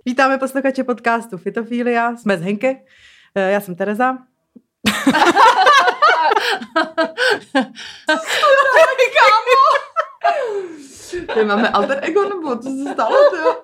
Vítáme posluchače podcastu Fitofilia, jsme z Henke, já jsem Tereza. Ty máme alter ego, nebo co se stalo, jo?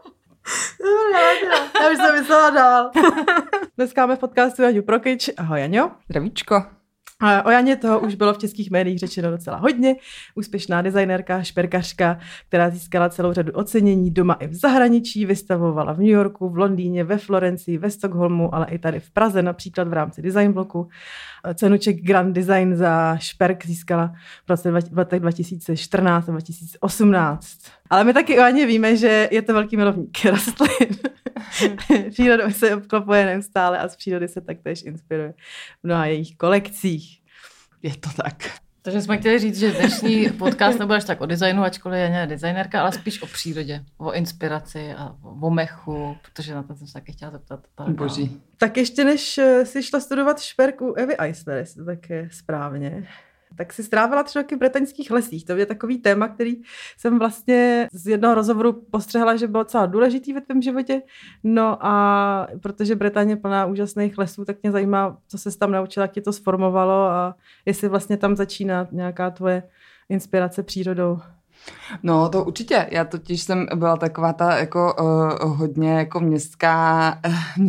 Já už jsem myslela dál. Dneska máme v podcastu Jaňu Prokyč. Ahoj, Jaňo. Zdravíčko. O Janě toho už bylo v českých médiích řečeno docela hodně. Úspěšná designérka, šperkařka, která získala celou řadu ocenění doma i v zahraničí, vystavovala v New Yorku, v Londýně, ve Florencii, ve Stockholmu, ale i tady v Praze, například v rámci Design Bloku. Cenu Czech Grand Design za šperk získala v letech 2014 a 2018. Ale my taky o Janě víme, že je to velký milovník rastlin. Přírodou se obklopuje neustále a z přírody se taktéž inspiruje v mnoha jejich kolekcích. Je to tak. Takže jsme chtěli říct, že dnešní podcast nebude až tak o designu, ačkoliv Janě je designérka, ale spíš o přírodě, o inspiraci a o mechu, protože na to jsem se taky chtěla zeptat. Boží. Tak ještě než jsi šla studovat šperk u Evy Eisler, jestli to tak je správně, tak si strávila 3 roky v bretaňských lesích. To je takový téma, který jsem vlastně z jednoho rozhovoru postřehla, že byl docela důležitý ve tvém životě. No a protože Bretaň je plná úžasných lesů, tak mě zajímá, co se tam naučila, jak tě to sformovalo a jestli vlastně tam začíná nějaká tvoje inspirace přírodou. No to určitě, já totiž jsem byla taková ta jako hodně jako městská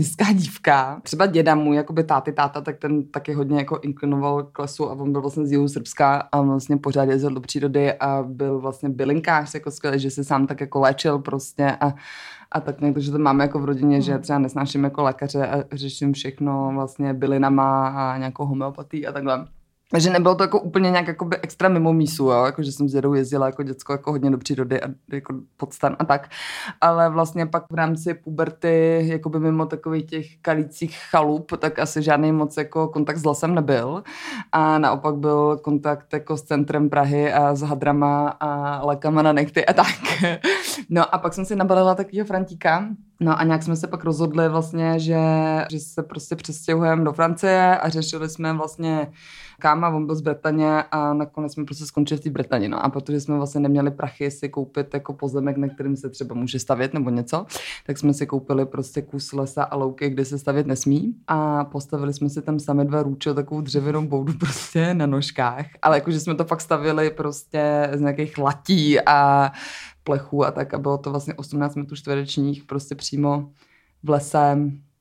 dívka. Třeba děda můj, jakoby táta, tak ten taky hodně jako inklinoval k lesu a on byl vlastně z jihu Srbska a vlastně pořád jezdil do přírody a byl vlastně bylinkář, jako skvělý, že se sám tak jako léčil prostě a tak nějak, že to máme jako v rodině, že třeba nesnáším jako lékaře a řeším všechno vlastně bylinama a nějakou homeopatii a takhle. Takže nebylo to jako úplně nějak jakoby extra mimo mísu, jo? Jako, že jsem s dědou jezdila jako děcko jako hodně do přírody a jako pod stan a tak. Ale vlastně pak v rámci puberty, jakoby mimo takových těch kalících chalup, tak asi žádný moc jako kontakt s lesem nebyl. A naopak byl kontakt jako s centrem Prahy a s hadrama a lékama na nechty a tak. No a pak jsem si nabalila takovýho Frantíka. No a nějak jsme se pak rozhodli vlastně, že se prostě přestěhujeme do Francie a řešili jsme vlastně káma, on byl z Bretaně a nakonec jsme prostě skončili v té Bretani. No a protože jsme vlastně neměli prachy si koupit jako pozemek, na kterým se třeba může stavět nebo něco, tak jsme si koupili prostě kus lesa a louky, kde se stavět nesmí a postavili jsme si tam sami 2 růčo, takovou dřevěnou boudu prostě na nožkách, ale jakože jsme to fakt stavili prostě z nějakých latí a plechů a tak a bylo to vlastně 18 metrů čtverečních prostě přímo v lese.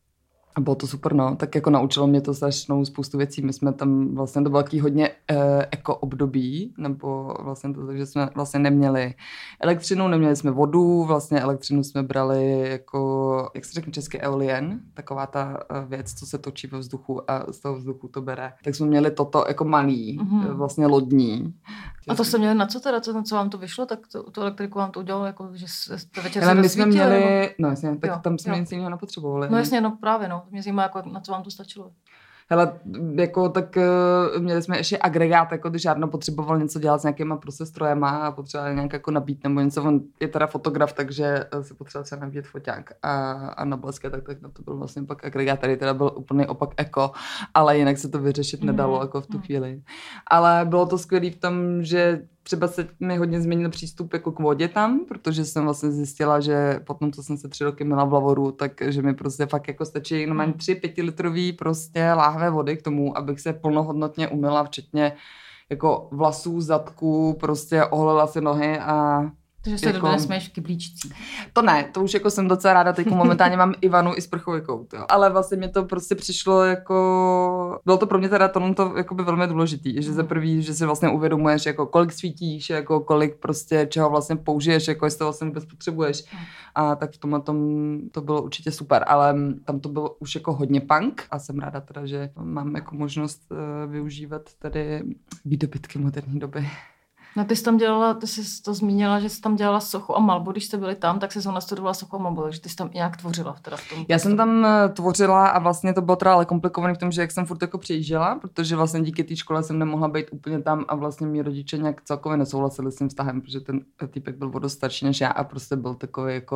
A bylo to super, no. Tak jako naučilo mě to strašnou spoustu věcí. My jsme tam vlastně, to bylo taky hodně eko období, nebo vlastně to, takže jsme vlastně neměli elektřinu, neměli jsme vodu, vlastně elektřinu jsme brali jako, jak se řekne česky, eolien, taková ta věc, co se točí ve vzduchu a z toho vzduchu to bere. Tak jsme měli toto jako malý, vlastně lodní. A to jste měli na co teda, co vám to vyšlo, tak tu elektriku vám to udělalo, jako, že to večer ale se my jsme rozsvítili, měli, nebo... no jasně, tak jo, tam jsme nic jiného nepotřebovali. No jasně, no právě, no. Mě zajímá, jako, na co vám to stačilo. Hele, jako tak měli jsme ještě agregát, jako když Jarno potřeboval něco dělat s nějakýma prostě strojema a potřeboval nějak jako nabít nebo něco, on je teda fotograf, takže se potřeboval třeba nabít foťák a na bleské, tak na to byl vlastně pak agregát, tady teda byl úplný opak eko, ale jinak se to vyřešit nedalo jako v tu chvíli. Ale bylo to skvělé v tom, že třeba se mi hodně změnil přístup jako k vodě tam, protože jsem vlastně zjistila, že potom, co jsem se 3 roky měla v Lavoru, takže mi prostě fakt jako stačí normálně 3 5-litrový prostě láhve vody k tomu, abych se plnohodnotně umyla, včetně jako vlasů, zadku, prostě oholila si nohy a takže se jako... nesměješ v kyblíčcích. To ne, to už jako jsem docela ráda, teď momentálně mám i vanu i sprchový kout, jo. Ale vlastně mě to prostě přišlo jako, bylo to pro mě teda to jako by velmi důležitý, že za prvý, že si vlastně uvědomuješ, jako kolik svítíš, jako kolik prostě čeho vlastně použiješ, jako jestli to vlastně vůbec potřebuješ. A tak v tomhle to bylo určitě super, ale tam to bylo už jako hodně punk a jsem ráda teda, že mám jako možnost využívat tady výdobytky moderní doby. No ty jsi tam dělala, ty jsi to zmínila, že jsi tam dělala sochu a malbu, když jste byli tam, tak jsi ho nastudovala sochu a malbu, takže ty jsi tam nějak tvořila teda v tom. Já jsem tam tvořila a vlastně to bylo teda ale komplikované v tom, že jak jsem furt jako přijížděla, protože vlastně díky té škole jsem nemohla být úplně tam a vlastně mý rodiče nějak celkově nesouhlasili s tím vztahem, protože ten týpek byl o dost starší než já a prostě byl takový jako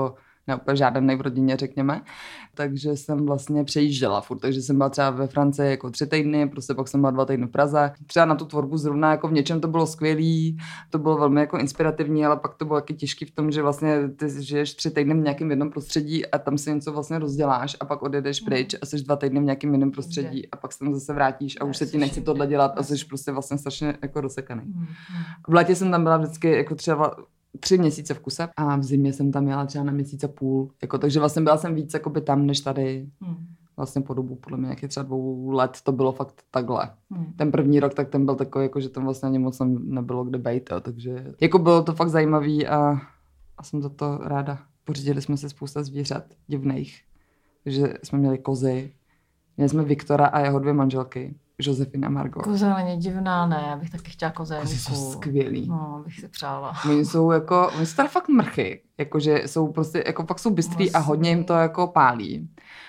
ne úplně žádný v rodině, řekněme. Takže jsem vlastně přejížděla furt, takže jsem byla třeba ve Francii jako 3 týdny, prostě pak jsem byla 2 týdny v Praze. Třeba na tu tvorbu zrovna jako v něčem to bylo skvělý, to bylo velmi jako inspirativní, ale pak to bylo taky těžký v tom, že vlastně ty žiješ 3 týdny v nějakém jednom prostředí a tam si něco vlastně rozděláš a pak odjedeš pryč a jsi 2 týdny v nějakém jiném prostředí a pak se tam zase vrátíš a už se ti nechce tohle dělat a jsi prostě vlastně strašně jako rozsekaný. V létě jsem tam byla vždycky jako třeba 3 měsíce v kuse a v zimě jsem tam jela třeba na měsíc a půl. Jako, takže vlastně byla jsem víc jakoby tam, než tady. Vlastně po dobu, podle mě nějakých třeba 2 let to bylo fakt takhle. Ten první rok, tak ten byl takový, jako, že tam vlastně ani moc nebylo kde bejt. Takže jako bylo to fakt zajímavý a jsem za to ráda. Pořídili jsme si spousta zvířat divných. Takže jsme měli kozy. Měli jsme Viktora a jeho 2 manželky. Josefina a Margot. Koza není divná, ne, já bych taky chtěla kozenku. Kozy jsou skvělý. No, bych si přála. Oni jsou teda fakt mrchy, jakože jsou prostě, jako fakt jsou bystrý a hodně jim to jako pálí.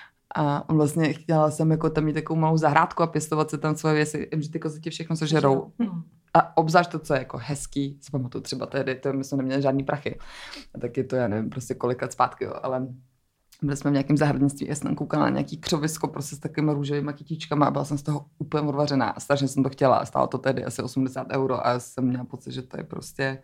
A vlastně chtěla jsem jako tam mít takovou malou zahrádku a pěstovat se tam svoje věci, že ty kozy ti všechno sežerou. A obzvlášť to, co je jako hezký, si pamatuju třeba tehdy, to my jsme neměli žádný prachy. A tak je to, já nevím, prostě kolik let zpátky, jo, ale byli jsme v nějakém zahradnictví, já jsem koukala na nějaký křovisko prostě s takovými růžovými kytičkama a byla jsem z toho úplně odvařená a strašně jsem to chtěla a stálo to tedy asi 80 € a já jsem měla pocit, že to je prostě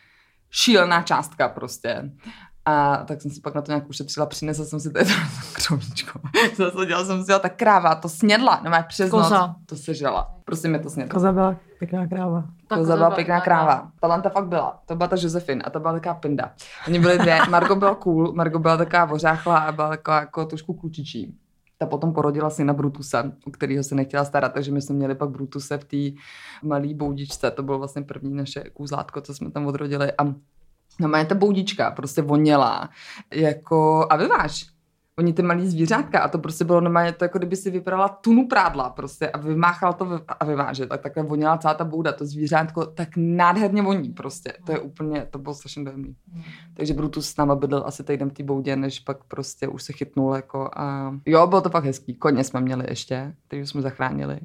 šílená částka prostě. A tak jsem si pak na to nějak ušetřila, přinesla jsem si tady křovíčko. Dělala jsem si ta kráva, to snědla, nemá přes noc, to sežrala. Prostě mě to snědla. Koza byla pěkná kráva. Koza byla pěkná kráva. Talanta fakt byla. To byla ta Josefin a ta byla taková pinda. Oni byli 2. Margot byla cool, Margot byla taková ořáchlá a byla taková jako trošku klučičí. Ta potom porodila syna Brutuse, o kterého se nechtěla starat, takže my jsme měli pak Brutuse v té malé boudičce. To bylo vlastně první naše kůzlátko, co jsme tam odrodili. A no, ta boudička prostě voněla, jako, a vyváž. Oni ty malý zvířátka a to prostě bylo normálně to, jako kdyby si vyprala tunu prádla prostě a vymáchala to a vyváže. Tak takhle voněla celá ta bouda, to zvířátko tak nádherně voní prostě. To je úplně, to bylo strašně dojemný. Takže Brutus s náma bydlel asi týden v té boudě, než pak prostě už se chytnul jako a jo, bylo to fakt hezký. Koně jsme měli ještě, takže jsme zachránili.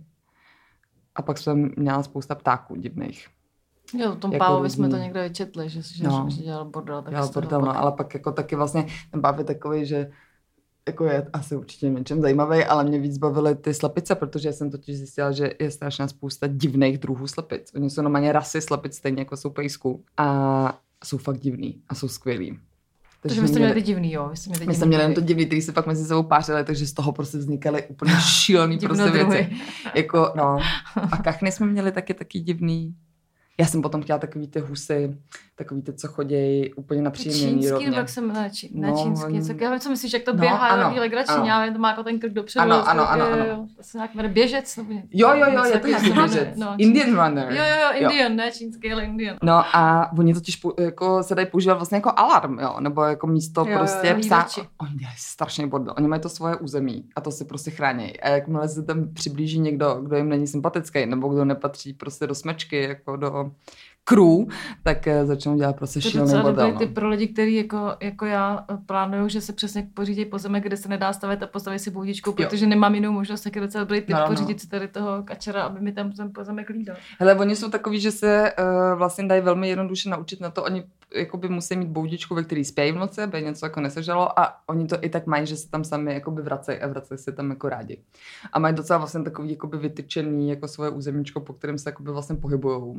A pak jsme měla spousta ptáků divných. Jo, o tom jako Pávovi jsme to někde vyčetli, že dělal bordel. Tak dělal bordel, no, ale pak jako taky vlastně ten Páv je takový, že jako je asi určitě něčem zajímavý, ale mě víc bavily ty slepice, protože jsem totiž zjistila, že je strašná spousta divných druhů slepic. Oni jsou normálně rasy slepic, stejně jako jsou pejsků. A jsou fakt divný a jsou skvělý. Takže my jste měli ty divný, jo? My jsme měli jen to divný, který se pak mezi sebou pářili, takže z toho prostě vznikaly úplně šílený prostě věci. Jako, no. A kachny jsme měli taky divný. Já jsem potom chtěla takový ty husy, takový ty, co chodějí úplně na příjemnění rovně. Čínský, tak jsem na čínský. Já vím, co myslíš, jak to běhá, jo, legrační, já vím, to má jako ten krk dopředu. Ano. To se nějak jmenuje běžec. Jo, je to nějaký běžec. Indian runner. Jo, Indian, ne čínský, ale Indian. No a oni totiž jako se dají používat vlastně jako alarm, jo, nebo jako místo prostě psa. Oni dělají strašný bordel. Oni mají to svoje území a to si prostě chrání. A jakmile se tam přiblíží někdo, kdo jim není sympatický, nebo kdo nepatří prostě do smečky, jako do crew, tak začnou dělat prostě šílený bordel. To ty pro lidi, kteří jako já plánují, že se přesně pořídí pozemek, kde se nedá stavět a postaví si boudičku, protože nemám jinou možnost, tak je docela dobrý typ pořídit si tady toho kačera, aby mi tam ten pozemek lídal. Hele, oni jsou takový, že se vlastně dají velmi jednoduše naučit na to, oni jakoby musí mít boudičku, ve který spějí v noci, aby něco jako nesežalo a oni to i tak mají, že se tam sami jakoby vracejí a vracejí se tam jako rádi. A mají docela vlastně takový jakoby vytyčený jako svoje územíčko, po kterém se jakoby vlastně pohybujou.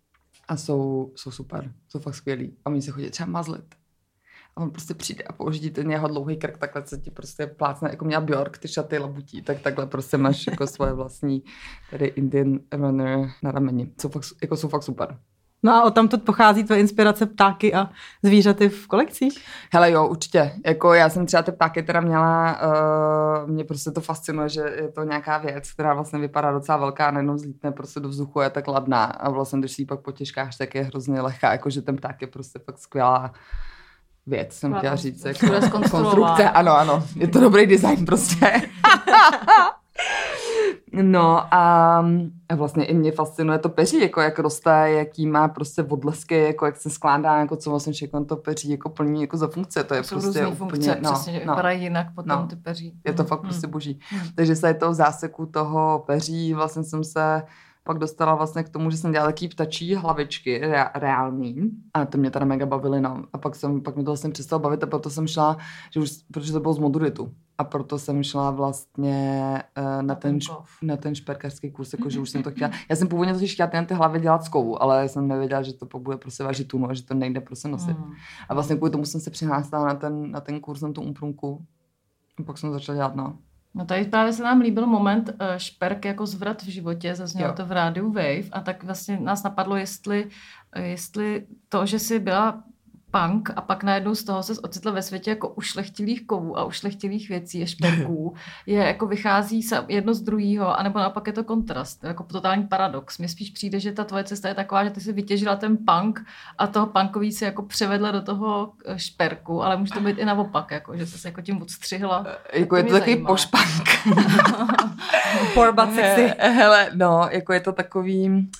A jsou super, jsou fakt skvělí. A oni se chodí třeba mazlit. A on prostě přijde a použít ten jeho dlouhý krk, takhle se ti prostě plácne, jako měla Björk, ty šaty labutí, tak takhle prostě máš jako svoje vlastní tady Indian runner na rameni. Jsou fakt super. No a odtamtud pochází tvoje inspirace ptáky a zvířaty v kolekcích? Hele jo, určitě. Jako já jsem třeba ty ptáky teda měla, mě prostě to fascinuje, že je to nějaká věc, která vlastně vypadá docela velká a najednou vzlítne prostě do vzduchu a je tak ladná a vlastně když si ji pak potěžkáš, tak je hrozně lehká, jakože ten pták je prostě fakt skvělá věc, jsem chtěla říct. Jako konstrukce, ano, je to dobrý design prostě. No a vlastně i mě fascinuje to peří, jako jak roste, jaký má prostě odlesky, jako jak se skládá, jako co vlastně všechno to peří jako plní jako za funkce, to je jsou prostě úplně, funkce, přesně, vypadají jinak potom ty peří. Je to fakt prostě boží. Takže se toho záseku toho peří vlastně jsem se pak dostala vlastně k tomu, že jsem dělala taký ptačí hlavičky reální a to mě teda mega bavily, no. A pak mě to vlastně přestalo bavit a proto jsem šla, protože to bylo z moduritu. A proto jsem šla vlastně na ten šperkařský kurz, jakože už jsem to chtěla. Já jsem původně totiž chtěla ty hlavy dělat z kovu, ale jsem nevěděla, že to pak bude prostě vážit tunu a že to nejde prostě nosit. A vlastně kvůli tomu jsem se přihlásila na ten kurz, na tu umprunku. A pak jsem začala dělat, no. No tady právě se nám líbil moment šperk jako zvrat v životě, zaznělo to v rádiu Wave a tak vlastně nás napadlo, jestli to, že jsi byla punk a pak najednou z toho se ocitla ve světě jako ušlechtilých kovů a ušlechtilých věcí a šperků, je jako vychází se jedno z druhého, anebo naopak je to kontrast, jako totální paradox. Mně spíš přijde, že ta tvoje cesta je taková, že ty si vytěžila ten punk a toho punkový si jako převedla do toho šperku, ale může to být i naopak, jako, že jsi se jako tím odstřihla. Jako je to takový pošpunk. Poor but sexy. Hele, no, jako je to takový...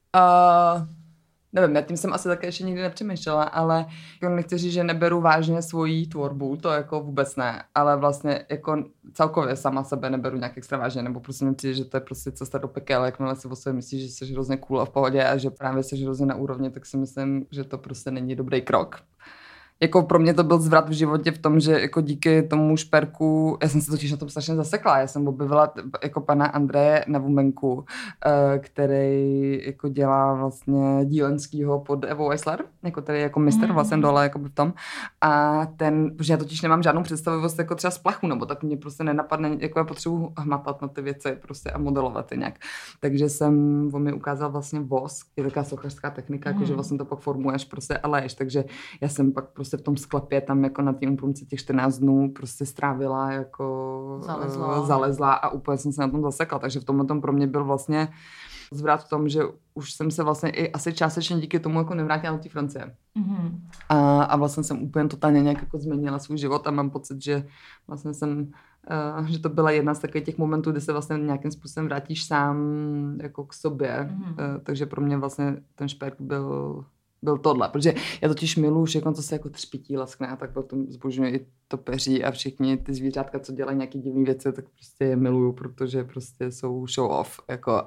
Nevím, já tím jsem asi také ještě nikdy nepřemýšlela, ale jako nechci říct, že neberu vážně svoji tvorbu, to jako vůbec ne, ale vlastně jako celkově sama sebe neberu nějak extra vážně, nebo prostě mi přijde, že to je prostě cesta do pekel, jakmile si o sobě myslíš, že jsi hrozně cool a v pohodě a že právě jsi hrozně na úrovni, tak si myslím, že to prostě není dobrý krok. Jako pro mě to byl zvrat v životě v tom, že jako díky tomu šperku, já jsem se totiž na tom strašně zasekla, já jsem objevila jako pana Andreje Navumenku, který jako dělá vlastně Dílenskýho pod Evou Eisler, jako tady jako mistr vlastně dole jako v tom a protože já totiž nemám žádnou představivost jako třeba z plachu, nebo tak mě prostě nenapadne, jako já potřebuji hmatat na ty věci prostě a modelovat je nějak. Takže on mi ukázal vlastně vosk, je taková sochařská technika, jakože vlastně to pak formuješ prostě a leješ, takže já jsem pak prostě v tom sklepě tam jako na té umprunce těch 14 dnů prostě strávila jako zalezla a úplně jsem se na tom zasekla, takže v tomhle tom pro mě byl vlastně zvrat v tom, že už jsem se vlastně i asi částečně díky tomu jako nevrátila do té Francie. A vlastně jsem úplně totálně nějak jako změnila svůj život a mám pocit, že vlastně že to byla jedna z takových těch momentů, kdy se vlastně nějakým způsobem vrátíš sám jako k sobě. Takže pro mě vlastně ten šperk byl tohle, protože já totiž miluji všechno, co se jako třpití, laskne a tak potom zbožňuji i to peří a všichni ty zvířátka, co dělají nějaký divný věci, tak prostě je miluju, protože prostě jsou show off, jako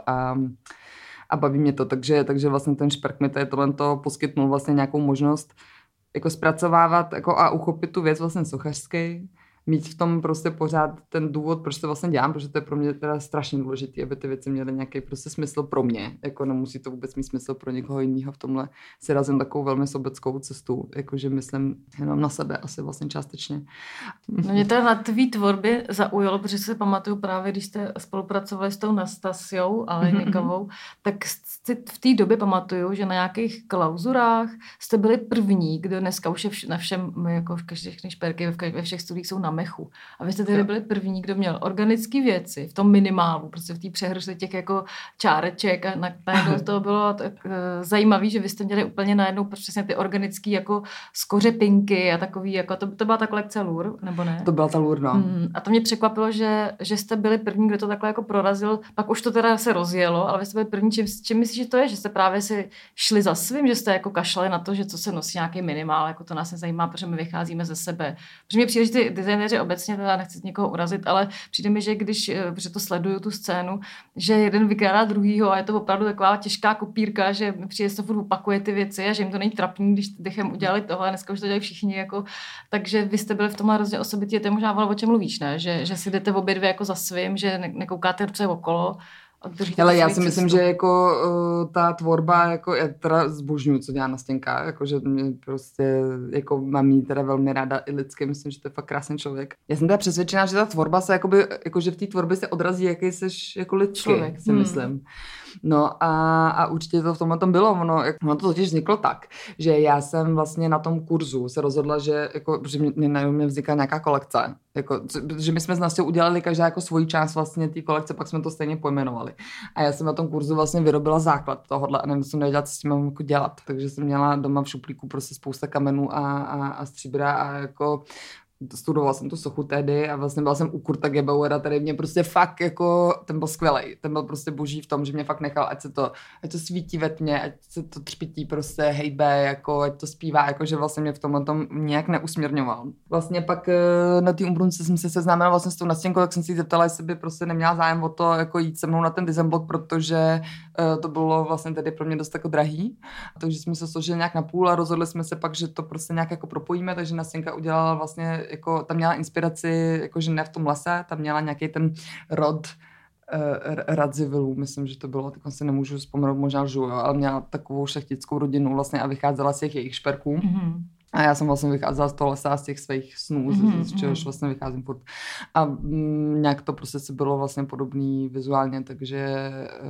a baví mě to, takže vlastně ten šperk mi tady tohle to poskytnul vlastně nějakou možnost jako zpracovávat jako a uchopit tu věc vlastně sochařský, mít v tom prostě pořád ten důvod, proč to vlastně dělám, protože to je pro mě teda strašně důležité, aby ty věci měly nějaký prostě smysl pro mě, jako nemusí to vůbec mít smysl pro někoho jiného, v tomhle si razím takovou velmi sobeckou cestu, jakože myslím jenom na sebe asi vlastně částečně. No mě teda na tvý tvorbě zaujalo, protože se pamatuju právě, když jste spolupracovali s tou Nastasiou Alejnikovou, tak v té době pamatuju, že na nějakých klauzurách jste byli první, kdo dneska už je na všem, jako všechny šperky ve všech studiích jsou na mechu. A vy jste tedy byli první, kdo měl organické věci v tom minimálu, prostě v té přehršli těch jako čáreček a najednou to bylo tak zajímavé, že vy jste měli úplně najednou přesně ty organické jako skořepinky a takový, jako to byla ta kolekce Lur, nebo ne? To byla ta Lur, no. A to mě překvapilo, že jste byli první, kdo to takhle jako prorazil, pak už to teda se rozjelo, ale vy jste byli první, čím myslíš, že to je, že jste právě si šli za svým, že jste jako kašlali na to, že co se nosí nějaký minimál, jako to nás nezajímá, protože my vycházíme ze sebe. Protože mě přijde, že ty designéři obecně, teda nechci někoho urazit, ale přijde mi, že protože to sleduju tu scénu, že jeden vykrádá druhýho a je to opravdu taková těžká kopírka, že mi přijde, že to furt opakuje ty věci a že jim to není trapný, když dechem udělali tohle, dneska už to dělají všichni, jako, takže vy jste byli v tomhle hrozně osobitě, to je možná o čem mluvíš, ne? Že si jdete obě dvě jako za svým, že nekoukáte se okolo. Ale já si myslím, že jako ta tvorba, jako já teda zbožňuju, co dělá Nastěnka, jako že mě prostě, jako mám jí teda velmi ráda i lidsky, myslím, že to je fakt krásný člověk. Já jsem teda přesvědčená, že ta tvorba se jakoby, jako že v té tvorbě se odrazí, jaký jsi jako lidský, člověk, si myslím. No a určitě to v tomhle tom bylo, ono to totiž vzniklo tak, že já jsem vlastně na tom kurzu se rozhodla, že jako, že mě vznikla nějaká kolekce, jako, že my jsme s Nastějou udělali každá jako svoji část vlastně té kolekce, pak jsme to stejně pojmenovali. A já jsem na tom kurzu vlastně vyrobila základ tohohle a jsem nevěděla, co s tím mám jako dělat. Takže jsem měla doma v šuplíku prostě spousta kamenů a stříbra a jako studovala jsem tu sochu tehdy a vlastně byla jsem u Kurta Gebauera, tady mě prostě fakt jako, ten byl skvělej, ten byl prostě boží v tom, že mě fakt nechal, ať to svítí ve tmě, ať se to třpití prostě hejbe, jako ať to zpívá, jako že vlastně mě v tomhle tom nějak neusměrňoval. Vlastně pak na té Umbrunce jsem se seznámila vlastně s tou nastěnkou, tak jsem si zeptala, jestli by prostě neměla zájem o to, jako jít se mnou na ten design blog, protože to bylo vlastně tedy pro mě dost jako drahý, takže jsme se složili nějak na půl a rozhodli jsme se pak, že to prostě nějak jako propojíme, takže nastěnka udělala vlastně jako tam měla inspiraci, jakože ne v tom lese, tam měla nějaký ten rod Radzivilů, myslím, že to bylo, tak si nemůžu vzpomenout, možná lžu, jo, ale měla takovou šlechtickou rodinu vlastně a vycházela z těch jejich šperků. Mm-hmm. A já jsem vlastně vycházela z toho lesa, z těch svých snů, z čehož vlastně vycházím furt. A nějak to prostě si bylo vlastně podobný vizuálně, takže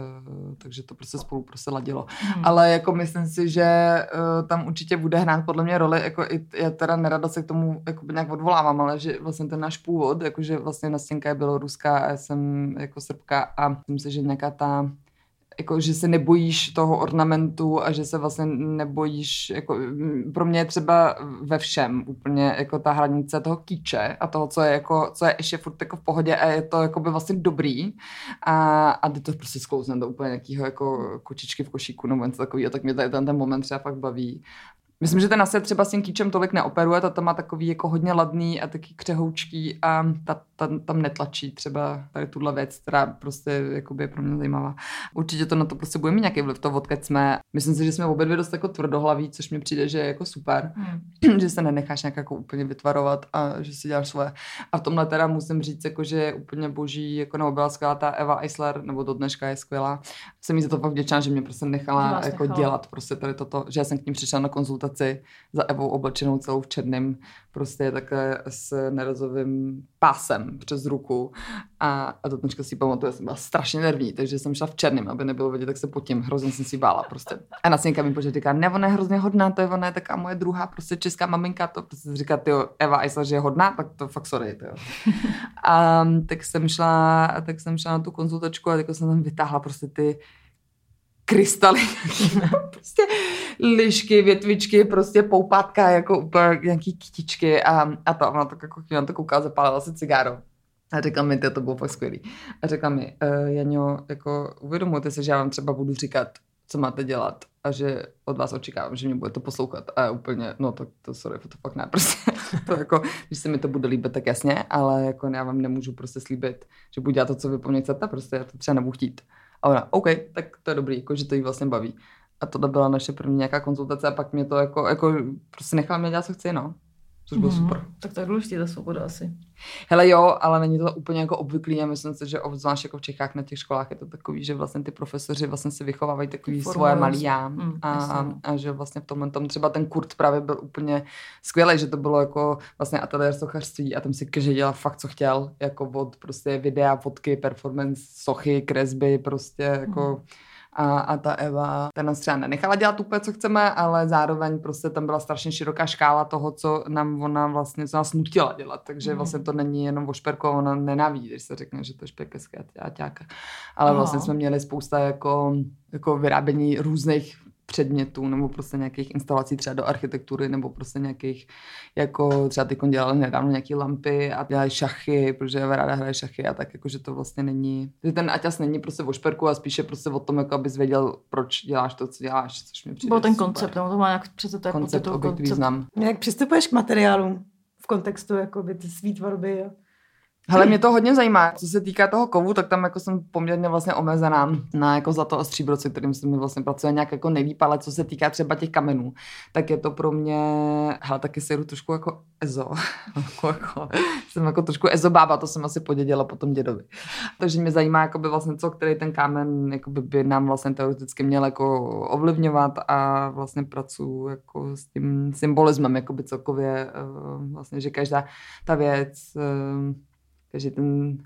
to prostě spolu prostě ladilo. Ale jako myslím si, že tam určitě bude hrát podle mě roli, jako i já teda nerada se k tomu jako nějak odvolávám, ale že vlastně ten náš původ, jakože vlastně nastěnka je běloruská a já jsem jako Srbka a myslím si, že nějaká ta jako, že se nebojíš toho ornamentu a že se vlastně nebojíš, jako pro mě je třeba ve všem úplně jako ta hranice toho kýče a toho, co je ještě furt jako v pohodě a je to jako by vlastně dobrý a ty to prostě sklouzne do úplně nějakého jako kočičky v košíku nebo něco takového, tak mě tady ten moment třeba fakt baví. Myslím, že ten asi třeba s tím kýčem tolik neoperuje, ta má takový jako hodně ladný a taky křehoučký a tam netlačí třeba tady tuhle věc, která prostě jakoby je pro mě zajímavá. Určitě to na to prostě bude mít nějaký vliv, to odkud jsme. Myslím si, že jsme obě dvě dost jako tvrdohlaví, což mi přijde, že je jako super, že se nenecháš nějak jako úplně vytvarovat a že si děláš svoje. A v tomhle teda musím říct, jako, že je úplně boží, jako nebo byla skvělá ta Eva Eisler, nebo do dneška je skvělá. Jsem jí za to fakt vděčná, že mě prostě nechala jako dělat prostě tady toto, že já jsem k ní přišla na konzultaci za Evou oblečenou celou v černém, prostě takhle s nerezovým pásem přes ruku a do dneška si pamatuju, jsem byla strašně nervní, takže jsem šla v černém, aby nebylo vidět, tak se potím, hrozně jsem si bála prostě. A nasněnka mi pořád říká, ne, ona je hrozně hodná, to je ona je taká moje druhá prostě česká maminka, to prostě říká, tyjo, Eva Eisler, že je hodná, tak to fakt sorry, tyjo. A tak jsem šla na tu konzultačku a jako jsem tam vytáhla prostě ty krystaly, prostě lišky, větvičky, prostě poupátka, jako úplně nějaký kytičky a to. Ona tak jako chvíli na to koukala, zapálila si cigáro. A řekla mi, to bylo fakt skvělý. A řekla mi, Jaňo, jako uvědomujte se, že já vám třeba budu říkat, co máte dělat a že od vás očekávám, že mě budete poslouchat. A úplně, no to sorry, to fakt ne, prostě. To jako, když se mi to bude líbit, tak jasně, ale jako já vám nemůžu prostě slíbit, že budu dělat to, co vy po mně chcete, prostě já to třeba nebudu chtít. A ona, OK, tak to je dobrý, jako, že to jí vlastně baví. A tohle byla naše první nějaká konzultace a pak mě to jako prostě nechala mě dělat, co chci, no. Což bylo super. Tak to je důležitý, ta svoboda asi. Hele jo, ale není to úplně jako obvyklý a myslím si, že zvlášť jako v Čechách na těch školách je to takový, že vlastně ty profesoři vlastně se vychovávají takový svoje malý já a že vlastně v tomhle tom třeba ten Kurt právě byl úplně skvělý, že to bylo jako vlastně ateliér sochařství a tam si každý dělal fakt, co chtěl, jako od prostě videa, fotky, performance, sochy, kresby, prostě jako a ta Eva, ta nás třeba nenechala dělat úplně, co chceme, ale zároveň prostě tam byla strašně široká škála toho, co nám ona vlastně, co nás nutila dělat, takže vlastně to není jenom o šperku, ona nenávidí, když se řekne, že to je šperkařské aťáka. Ale vlastně jsme měli spousta jako vyrábění různých předmětů nebo prostě nějakých instalací třeba do architektury nebo prostě nějakých, jako třeba teď dělali nedávno nějaký lampy a dělali šachy, protože já ráda hraje šachy a tak jako, že to vlastně není, že ten aťas není prostě o šperku a spíše prostě o tom, jako abys věděl, proč děláš to, co děláš, což mi přijde byl ten super. koncept, no to má nějak přece to koncept, význam. Jak přistupuješ k materiálům v kontextu jakoby ty svý tvorby, jo? Hele, mě to hodně zajímá. Co se týká toho kovu, tak tam jako jsem poměrně vlastně omezená na jako zlato a stříbro, se kterým se mi vlastně pracuje nějak jako nejlíp, ale co se týká třeba těch kamenů, tak je to pro mě, hele, taky se jdu trošku jako ezo. Jsem jako trošku ezobába, to jsem asi poděděla po tom dědovi. Takže mě zajímá jakoby vlastně co, který ten kámen jakoby by nám vlastně teoreticky měl jako ovlivňovat a vlastně pracuji jako s tím symbolismem jakoby celkově vlastně, že každá ta věc takže ten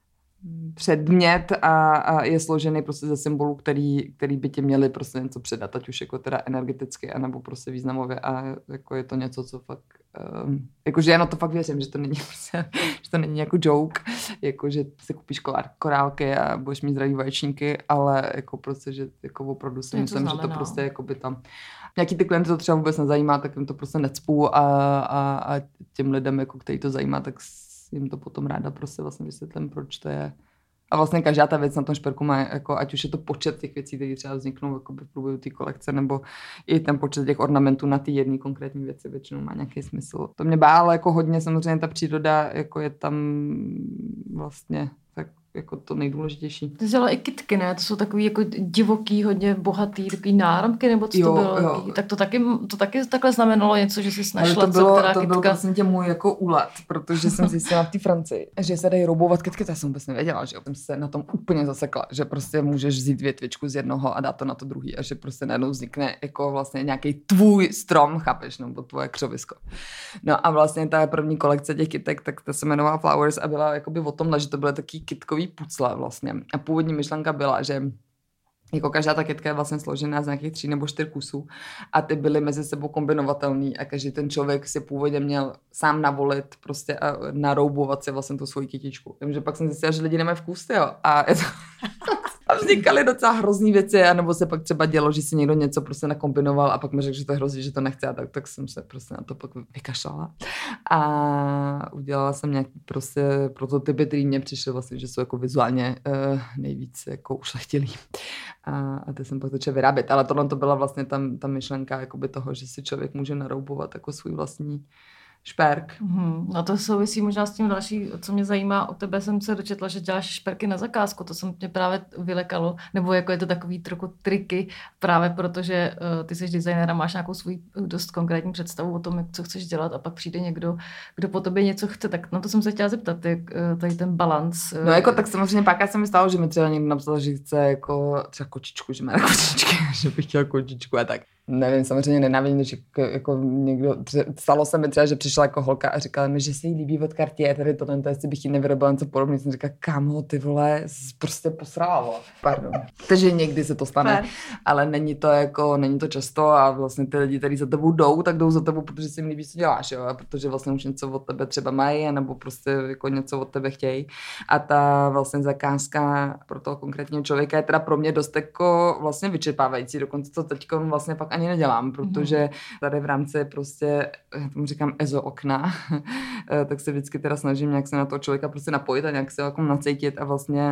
předmět a je složený prostě ze symbolů, který by ti měli prostě něco předat, ať už jako teda energeticky, anebo prostě významově a jako je to něco, co fakt, jakože já na to fakt věřím, že to není prostě, že to není jako joke, jakože si koupíš korálky a budeš mít zdravý vaječníky, ale jako prostě, že jako opravdu si myslím, že to prostě jako by tam. Nějaký ty klienty to třeba vůbec nezajímá, tak jim to prostě necpu a těm lidem, jako který to zajímá, tak jim to potom ráda prostě vlastně vysvětlím, proč to je. A vlastně každá ta věc na tom šperku má, jako, ať už je to počet těch věcí, které třeba vzniknou jako v průběhu té kolekce, nebo i ten počet těch ornamentů na ty jedné konkrétní věci většinou má nějaký smysl. To mě bálo jako hodně, samozřejmě ta příroda jako je tam vlastně tak jako to nejdůležitější. Ty vzala i kytky, ne? To jsou takový jako divoký, hodně bohatý, takový náramky, nebo co to bylo? Jo. Tak to taky takhle znamenalo něco, že jsi našla, to bylo, která to kytka. byl vlastně tě můj jako úlet, protože jsem zjistila v té Francii, že se dají roubovat kytky, to jsem vůbec nevěděla, že jsem se na tom úplně zasekla, že prostě můžeš vzít větvičku z jednoho a dát to na to druhý a že prostě najednou vznikne jako vlastně nějaký tvůj strom, chápeš, nebo tvoje křovisko. No a vlastně ta první kolekce těch kytek, tak ta se jmenovala Flowers a byla jakoby o tomhle, že to byly taky kytkový pucle vlastně. A původní myšlenka byla, že jako každá ta kytka je vlastně složená z nějakých 3 nebo 4 kusů a ty byly mezi sebou kombinovatelný a každý ten člověk si původně měl sám navolit prostě a naroubovat si vlastně tu svoji kytičku. Takže pak jsem zjistila, že lidi nemají vkus, jo. A vznikaly docela hrozný věci, anebo se pak třeba dělo, že si někdo něco prostě nakombinoval a pak mi řekl, že to je hrozný, že to nechce a tak jsem se prostě na to pak vykašlala. A udělala jsem nějaký prostě prototypy, který mně přišly vlastně, že jsou jako vizuálně nejvíc jako ušlechtilý. A ty jsem pak začala vyrábět. Ale tohle to byla vlastně ta myšlenka jakoby toho, že si člověk může naroubovat jako svůj vlastní šperk. No to souvisí možná s tím další, co mě zajímá, o tebe jsem se dočetla, že děláš šperky na zakázku, to jsem mě právě vylekalo, nebo jako je to takový trochu triky, právě protože ty jsi designér a máš nějakou svůj dost konkrétní představu o tom, co chceš dělat a pak přijde někdo, kdo po tobě něco chce, tak na to jsem se chtěla zeptat, jak tady ten balans. No jako tak samozřejmě párkrát se mi stalo, že mi třeba někdo napsal, že chce jako třeba kočičku, že má na kočičky, že bych chtěl kočičku a tak. Nevím, samozřejmě nenávidím, že jako někdo, stalo se mi třeba, že přišla jako holka a říkala mi, že se jí líbí od Cartier, tady to, jestli bych jí nevyrobila něco podobného, jsem říkala, kámo, ty vole, prostě posrala, pardon. Takže někdy se to stane, ale není to často a vlastně ty lidi, kteří za tebou jdou, tak jdou za tebou, protože si jim líbí, co děláš, jo, a protože vlastně už něco od tebe třeba mají, nebo prostě jako něco od tebe chtějí. A ta vlastně zakázka pro toho konkrétního člověka je teda pro mě dost jako vlastně vyčerpávající, dokonce to teď vlastně pak ani nedělám, protože tady v rámci prostě, já tomu říkám EZO okna, tak se vždycky teda snažím nějak se na toho člověka prostě napojit a nějak se jako nacítit a vlastně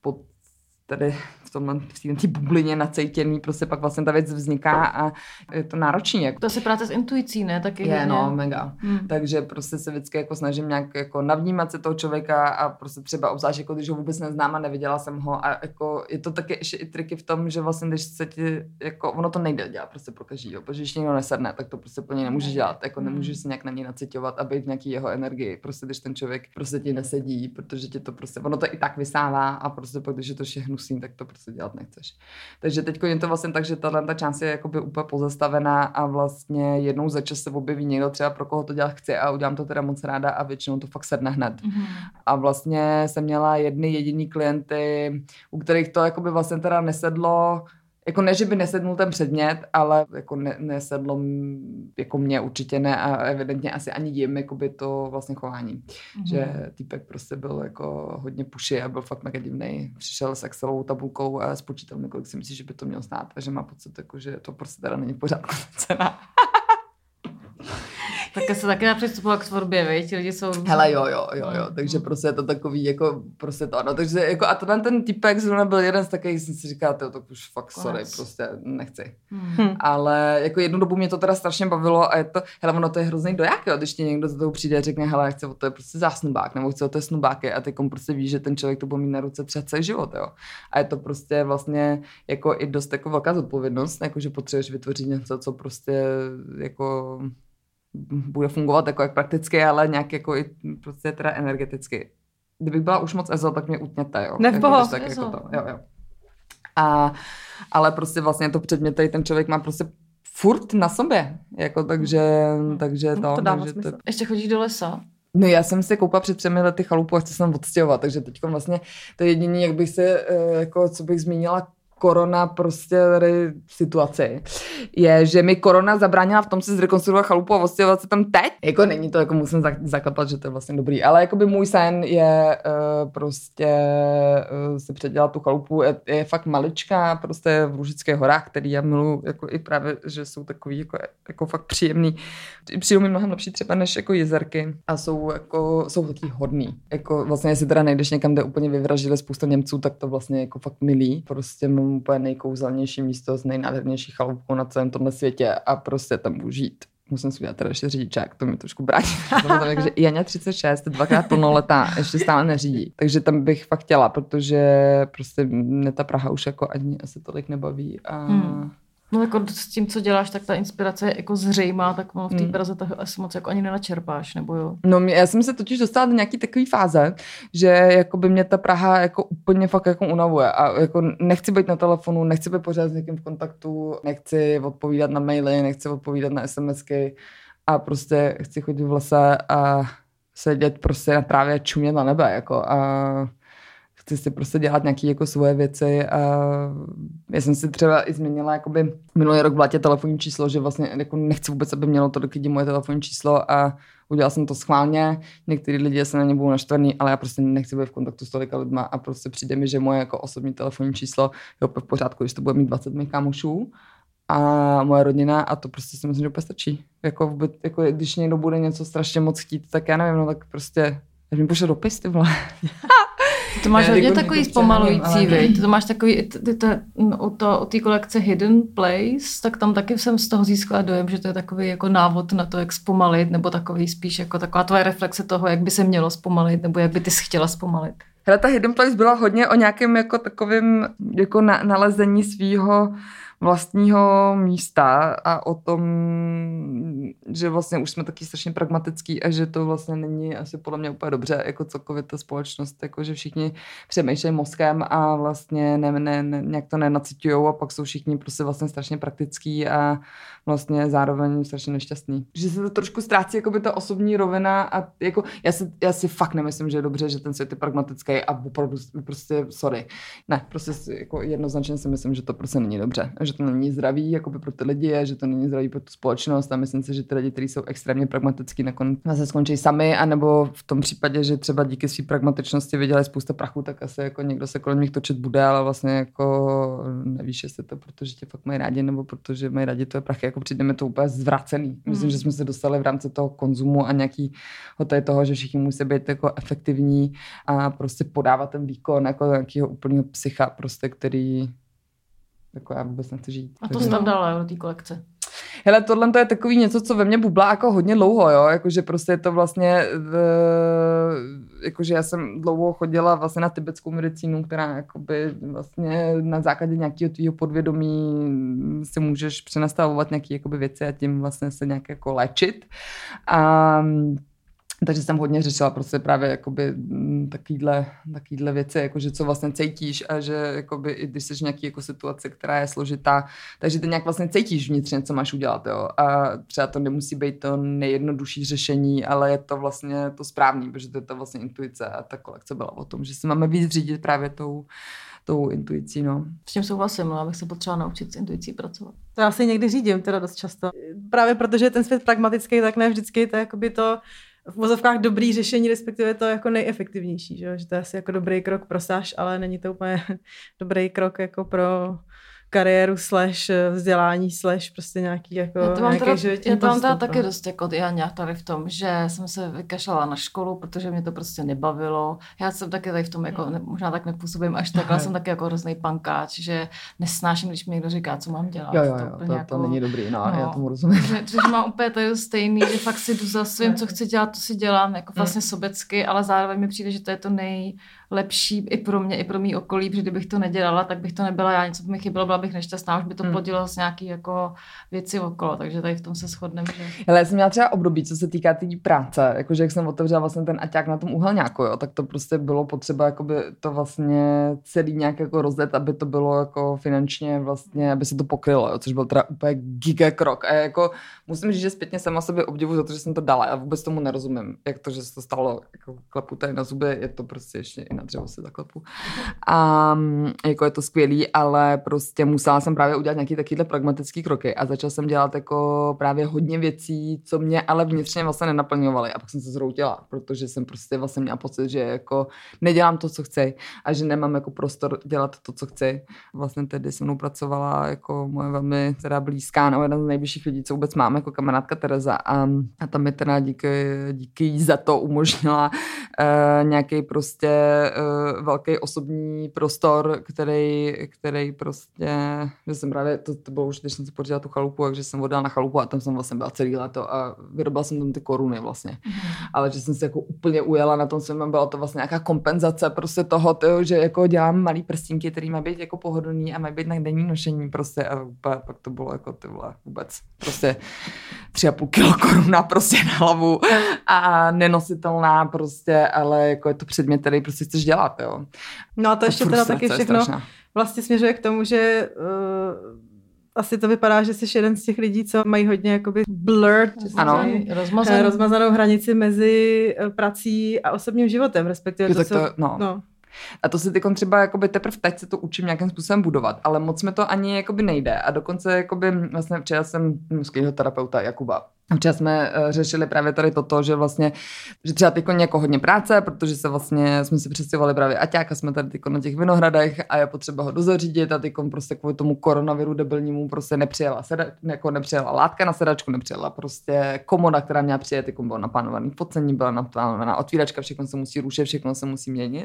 tady v té bublině nacejtěný, prostě pak vlastně ta věc vzniká a je to náročný. Jako. To se práce s intuicí, ne? Taky je, no, mega. Takže prostě se vždycky jako snažím nějak jako navnímat se toho člověka a prostě třeba obzvlášť, jako když ho vůbec neznám a neviděla jsem ho a jako je to taky ještě i triky v tom, že vlastně když se ti, jako ono to nejde dělat prostě pro každýho, protože když někdo nesedne, tak to prostě plně nemůžeš dělat, jako nemůžeš se nějak na něj nacitovat a být v nějaký jeho energii, prostě když ten člověk prostě ti nesedí, protože ti to prostě, ono to i tak vysává a prostě pak, když je to hnusný, tak to prostě dělat nechceš. Takže teď je to vlastně tak, že ta část je jakoby úplně pozastavená a vlastně jednou za čas se objeví někdo třeba, pro koho to dělat chci a udělám to teda moc ráda a většinou to fakt sedne hned. A vlastně jsem měla jediný klienty, u kterých to jakoby vlastně teda nesedlo, jako ne, že by nesednul ten předmět, ale jako nesedlo jako mě určitě ne a evidentně asi ani jim jakoby to vlastně chování. Že týpek prostě byl jako hodně pushy a byl fakt mega divnej. Přišel s Excelovou tabulkou a spočítal mi, kolik si myslí, že by to mělo stát a že má pocit, jako, že to prostě teda není v pořádku cena. Tak se taky nepřistupovat k tvorbě, viď? Ti lidi jsou různý. Hele, jo, takže prostě je to takový, jako prostě to, no, takže jako a ten typek zrovna byl jeden z takových, jsem si říkala, to už fakt sorry, prostě nechci. Ale jako jednu dobu mě to teda strašně bavilo a je to, hele, ono to je hrozný doják, jo, když ti někdo za toho přijde a řekne, hele, já chci o to je prostě zásnubák, nebo chci o to je snubáky a ty prostě víš, že ten člověk to bude mít na ruce třeba celý život, jo. A je to prostě vlastně jako i dost jako velká zodpovědnost, jako že potřebuješ vytvořit něco, co prostě jako bude fungovat jako jak prakticky, ale nějak jako i prostě teda energeticky. Kdybych byla už moc EZO, tak mě utněte, jo. Ne v pohodě. Tak jako to, jo. Ale prostě vlastně to předmět, tady ten člověk má prostě furt na sobě, jako takže to dá moc smysl. Ještě chodíš do lesa? No já jsem si koupila před 3 lety chalupu a chci se tam odstěhovat, takže teď vlastně to jediné, jak bych se, jako co bych zmínila korona prostě tady situaci, je, že mi korona zabránila v tom si zrekonstruovat chalupu a odstěhovat se tam teď. Jako není to, jako musím zaklapat, že to je vlastně dobrý, ale jakoby můj sen je prostě si předělat tu chalupu, je fakt maličká, prostě v Růžických horách, který já miluji, jako i právě, že jsou takový jako fakt příjemný. Přijou mi mnohem lepší třeba než jako jezerky a jsou taky hodný. Jako vlastně, jestli teda nejdeš někam, kde úplně vyvražili spousta Němců, tak to vlastně jako fakt milý. Prostě mám úplně nejkouzelnější místo s nejnádhernější chalupkou na celém tomhle světě a prostě tam můžu žít. Musím si udělat teda ještě řidičák, to mi trošku brání. Takže Jaňa 36, 2x plnoletá, ještě stále neřídí. Takže tam bych fakt chtěla, protože prostě mě ta Praha už jako ani asi tolik nebaví. No jako s tím, co děláš, tak ta inspirace je jako zřejmá, tak v té Praze tak asi moc jako ani nenačerpáš, nebo jo? No já jsem se totiž dostala do nějaký takový fáze, že jako by mě ta Praha jako úplně fakt jako unavuje a jako nechci být na telefonu, nechci být pořád s někým v kontaktu, nechci odpovídat na maily, nechci odpovídat na SMSky a prostě chci chodit v lese a sedět prostě na trávě a čumět na nebe, jako a chci si prostě dělat nějaké jako svoje věci a já jsem si třeba i změnila jakoby minulý rok v létě telefonní číslo, že vlastně jako nechci vůbec, aby mělo tolik lidí moje telefonní číslo a udělala jsem to schválně. Některý lidi se na ně budou naštvaný, ale já prostě nechci být v kontaktu s tolika lidma a prostě přijde mi, že moje jako osobní telefonní číslo je opět v pořádku, když to bude mít 20 mých kámošů a moje rodina a to prostě si myslím, že úplně stačí. Jako když někdo bude něco strašně moc chtít, tak já nevím, no tak prostě až mi pošle dopis, ty vole. To máš hodně takový zpomalující, viď? To máš takový, o té kolekce Hidden Place, tak tam taky jsem z toho získala dojem, že to je takový jako návod na to, jak zpomalit, nebo takový spíš jako taková tvoje reflexe toho, jak by se mělo zpomalit, nebo jak by ty chtěla zpomalit. Hele, ta Hidden Place byla hodně o nějakém jako takovém jako nalezení svýho vlastního místa a o tom, že vlastně už jsme taky strašně pragmatický a že to vlastně není asi podle mě úplně dobře, jako celkově ta společnost, jako že všichni přemýšlejí mozkem a vlastně nějak to nenacitujou a pak jsou všichni prostě vlastně strašně praktický a vlastně zároveň strašně nešťastný. Že se to trošku ztrácí jako by ta osobní rovina a jako já si fakt nemyslím, že je dobře, že ten svět je pragmatický a opravdu prostě sorry. Ne, prostě jako jednoznačně si myslím, že to prostě není dobře. Že to není zdravý jakoby pro ty lidi a že to není zdravý pro tu společnost a myslím si, že ty lidi, kteří jsou extrémně pragmatický, nakonec se skončí sami, anebo v tom případě, že třeba díky své pragmatičnosti vydělají spousta prachu, tak asi jako někdo se kolem nich točit bude, ale vlastně jako nevíš, jestli to protože tě fakt mají rádi, nebo protože mají rádi tvoje prachy, jako přijde mi to úplně zvrácený. Myslím, že jsme se dostali v rámci toho konzumu a nějaký toho, že všichni musí být jako efektivní a prostě podávat ten výkon jako nějakého úplného psycha, prostě, který jako já vůbec nechci žít. A to jsi tam dala do té kolekce? Hele, tohle to je takový něco, co ve mně bublá jako hodně dlouho, jo, jakože prostě je to vlastně, jakože já jsem dlouho chodila vlastně na tibetskou medicínu, která jakoby vlastně na základě nějakého tvýho podvědomí si můžeš přenastavovat nějaké jakoby věci a tím vlastně se nějak jako léčit. Takže jsem hodně řešila prostě právě jakoby takovýhle věci, jakože co vlastně cítíš a že jakoby i když jsi v nějaký jako situace, která je složitá, takže ty nějak vlastně cítíš vnitřně, co máš udělat, jo. A třeba to nemusí být to nejjednodušší řešení, ale je to vlastně to správný, protože to je to vlastně intuice a ta kolekce byla o tom, že se máme víc řídit právě tou intuicí, no. S tím souhlasím, no, abych se potřeba naučit s intuicí pracovat. To já si někdy řídím teda dost často. Právě protože je ten svět pragmatický, tak ne vždycky to je jakoby to v vozovkách dobrý řešení, respektive to jako nejefektivnější, že to je asi jako dobrý krok pro stáž, ale není to úplně dobrý krok jako pro kariéru / vzdělání / prostě nějaký jako nějaký životní já to mám teda postup, taky dost jako Jaňa tady v tom, že jsem se vykašlala na školu, protože mě to prostě nebavilo. Já jsem taky tady v tom jako možná tak nepůsobím až tak, ale jsem taky jako hrozný pankáč, že nesnáším, když mi někdo říká, co mám dělat. Jo, to není dobrý, no, já tomu rozumím. Že mám úplně tady stejný, že fakt si jdu za svým, co chci dělat, to si dělám jako vlastně sobecky, ale zároveň mi přijde, že to je to nejlepší i pro mě, i pro mý okolí, protože kdybych to nedělala, tak bych to nebyla já, něco by mi chybělo, byla bych nešťastná, už by to plodilo z nějaký jako věci okolo, takže tady v tom se shodneme. Že... Hele, já jsem měla třeba období, co se týká té práce, jakože jak jsem otevřela vlastně ten aťák na tom uhelňáku, jo, tak to prostě bylo potřeba jakoby to vlastně celý nějak jako rozjet, aby to bylo jako finančně vlastně, aby se to pokrylo, jo, což byl teda úplně gigakrok a jako musím říct, že zpětně sama sobě obdivu za to, že jsem to dala, já vůbec tomu nerozumím, jak to, že se to stalo, jako klepu tady na zuby, je to prostě ještě na dřevo si zaklepu. A jako je to skvělý, ale prostě musela jsem právě udělat nějaký takovýhle pragmatický kroky a začala jsem dělat jako právě hodně věcí, co mě ale vnitřně vlastně nenaplňovaly a pak jsem se zroutila, protože jsem prostě vlastně měla pocit, že jako nedělám to, co chci a že nemám jako prostor dělat to, co chci. Vlastně tedy se mnou pracovala jako moje velmi teda blízká, no jedna z nejbližších lidí, co vůbec mám, jako kamarádka Tereza a tam mi teda díky jí za to umožnila nějaký prostě velký osobní prostor, který prostě, že jsem právě, to bylo už, když jsem si pořídila tu chalupu, takže jsem odjela na chalupu a tam jsem vlastně byla celý léto a vyrobila jsem tam ty koruny vlastně. Ale že jsem se jako úplně ujela na tom svém, byla to vlastně nějaká kompenzace prostě toho, že jako dělám malý prstínky, který mají být jako pohodlný a mají být na denní nošení prostě a pak to bylo jako ty vole vůbec prostě 3,5 kilo koruna prostě na hlavu a nenositelná prostě, ale jako je to předmět, který prostě chceš dělat, jo. No a to ještě teda taky všechno vlastně směřuje k tomu, že asi to vypadá, že jsi jeden z těch lidí, co mají hodně jakoby blurred, rozmazanou hranici mezi prací a osobním životem, respektive to, co... No. A to si tykom třeba jakoby teprve teď se to učím nějakým způsobem budovat, ale moc mi to ani jakoby nejde. A dokonce jakoby vlastně včera jsem skvělého terapeuta Jakuba. Včera jsme řešili právě tady toto, že vlastně, že třeba tyko jako hodně práce, protože se vlastně jsme si přestěhovali právě Aťák a jsme tady tyko na těch Vinohradech a je potřeba ho dozařídit a tyko prostě kvůli tomu koronaviru debilnímu prostě nepřijela látka na sedačku, nepřijela prostě komoda, která měla přijet, tyko bylo naplánovaný focení, byla naplánovaná otvíračka, všechno se musí rušit, všechno se musí měnit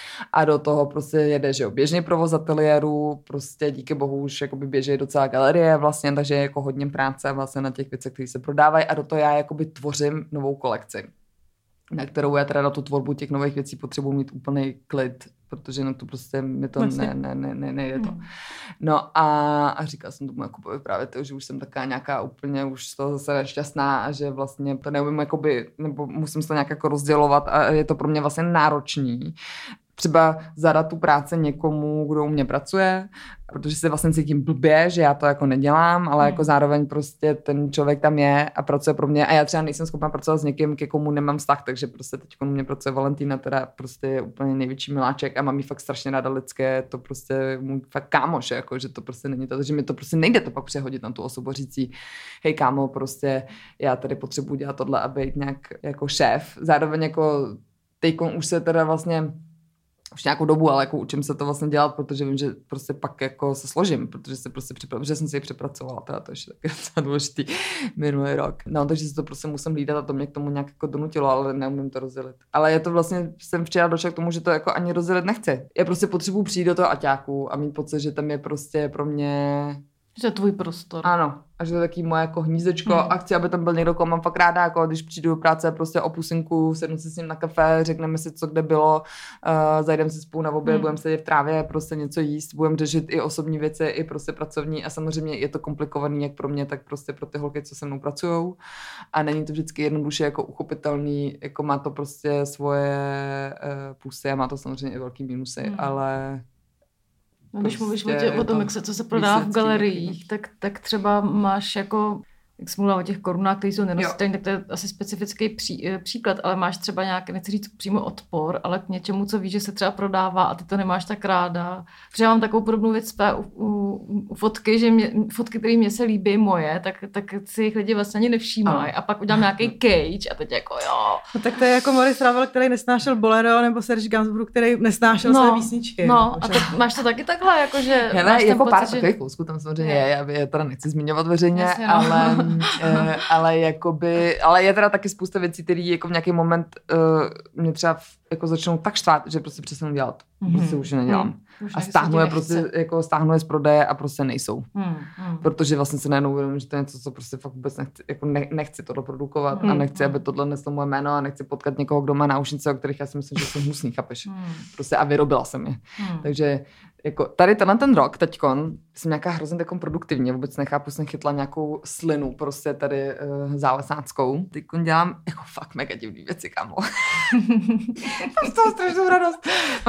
a do toho prostě jede, že jo, běžný provoz ateliéru, prostě díky bohu už jakoby běží docela galerie vlastně, takže je jako hodně práce vlastně na těch věcech, které se prodávají a do toho já jakoby tvořím novou kolekci, na kterou já teda na tu tvorbu těch nových věcí potřebuji mít úplný klid, protože na to prostě mi to nejde to. No a říkala jsem tomu Jakubovi právě to, že už jsem taká nějaká úplně už z toho zase nešťastná a že vlastně to neumím jakoby, nebo musím se to nějak jako rozdělovat a je to pro mě vlastně náročný. Třeba zadat tu práci někomu, kdo u mě pracuje, protože se vlastně cítím blbě, že já to jako nedělám, ale jako zároveň prostě ten člověk tam je a pracuje pro mě a já třeba nejsem schopná pracovat s někým, ke komu nemám vztah, takže prostě teď u mě pracuje Valentína, teda prostě je úplně největší miláček a mám jí fakt strašně ráda lidské, to prostě můj fakt kámoš, jako, že to prostě není to, že mi to prostě nejde to pak přehodit na tu osobu, říct jí, hej kámo, prostě já tady potřebuji dělat tohle a být nějak jako šéf, zároveň jako teďkon už se teda vlastně už nějakou dobu, ale jako učím se to vlastně dělat, protože vím, že prostě pak jako se složím, protože jsem si ji přepracovala, teda to ještě taky docela důležitý minulý rok. No, takže si to prostě musím hlídat a to mě k tomu nějak jako donutilo, ale neumím to rozdělit. Ale je to vlastně, jsem včera došla k tomu, že to jako ani rozdělit nechci. Já prostě potřebuji přijít do toho Aťáku a mít pocit, že tam je prostě pro mě... Že je tvůj prostor. Ano. A že to je taky moje jako hnízdečko a chci, aby tam byl někdo, koho mám fakt ráda, jako když přijdu do práce prostě o pusinku, sednu si s ním na kafe, řekneme si, co kde bylo, zajdeme si spolu na oběd, budeme sedět v trávě, prostě něco jíst, budeme řešit i osobní věci, i prostě pracovní a samozřejmě je to komplikovaný jak pro mě, tak prostě pro ty holky, co se mnou pracujou a není to vždycky jednoduše jako uchopitelný, jako má to prostě svoje plusy a má to samozřejmě i velký minusy, ale... No, když mluvíš o tom, jak co se prodá v galeriích, tak třeba máš jako, jak jsi mluvila o těch korunách, které jsou nenositelné, tak to je asi specifický příklad, ale máš třeba nějaký, nechci říct přímo odpor, ale k něčemu, co víš, že se třeba prodává a ty to nemáš tak ráda. Protože já mám takovou podobnou věc u fotky, že fotky, které mě se líbí moje, tak si jich lidi vlastně ani nevšímají a pak udělám nějaký cage a teď jako jo. No tak to je jako Maurice Ravel, který nesnášel Bolero, nebo Serge Gainsbourg, který nesnášel své písničky. No a tak máš to taky takhle, jakože máš jako pocit, pár takových kousků tam samozřejmě je, já teda nechci zmiňovat veřejně, jasně, ale jakoby, ale je teda taky spousta věcí, které jako v nějaký moment mě třeba jako začnou tak štvát, že prostě přestanu dělat. Prostě už je nedělám. A stáhnu je z prodeje a prostě nejsou. Protože vlastně se najednou uvědomím, že to je něco, co prostě fakt vůbec nechci, jako nechci to doprodukovat a nechci, aby tohle neslo moje jméno a nechci potkat někoho, kdo má náušnice, o kterých já si myslím, že jsou hnusný, chápeš? Prostě a vyrobila jsem je. Takže jako tady ten rok teďkon jsem nějaká hrozně takovou produktivně, vůbec nechápu, jsem chytla nějakou slinu prostě tady zálesáckou. Teďkon dělám jako fakt mega divný věci, kámo. Mám z toho strašnou radost. Mám nazbít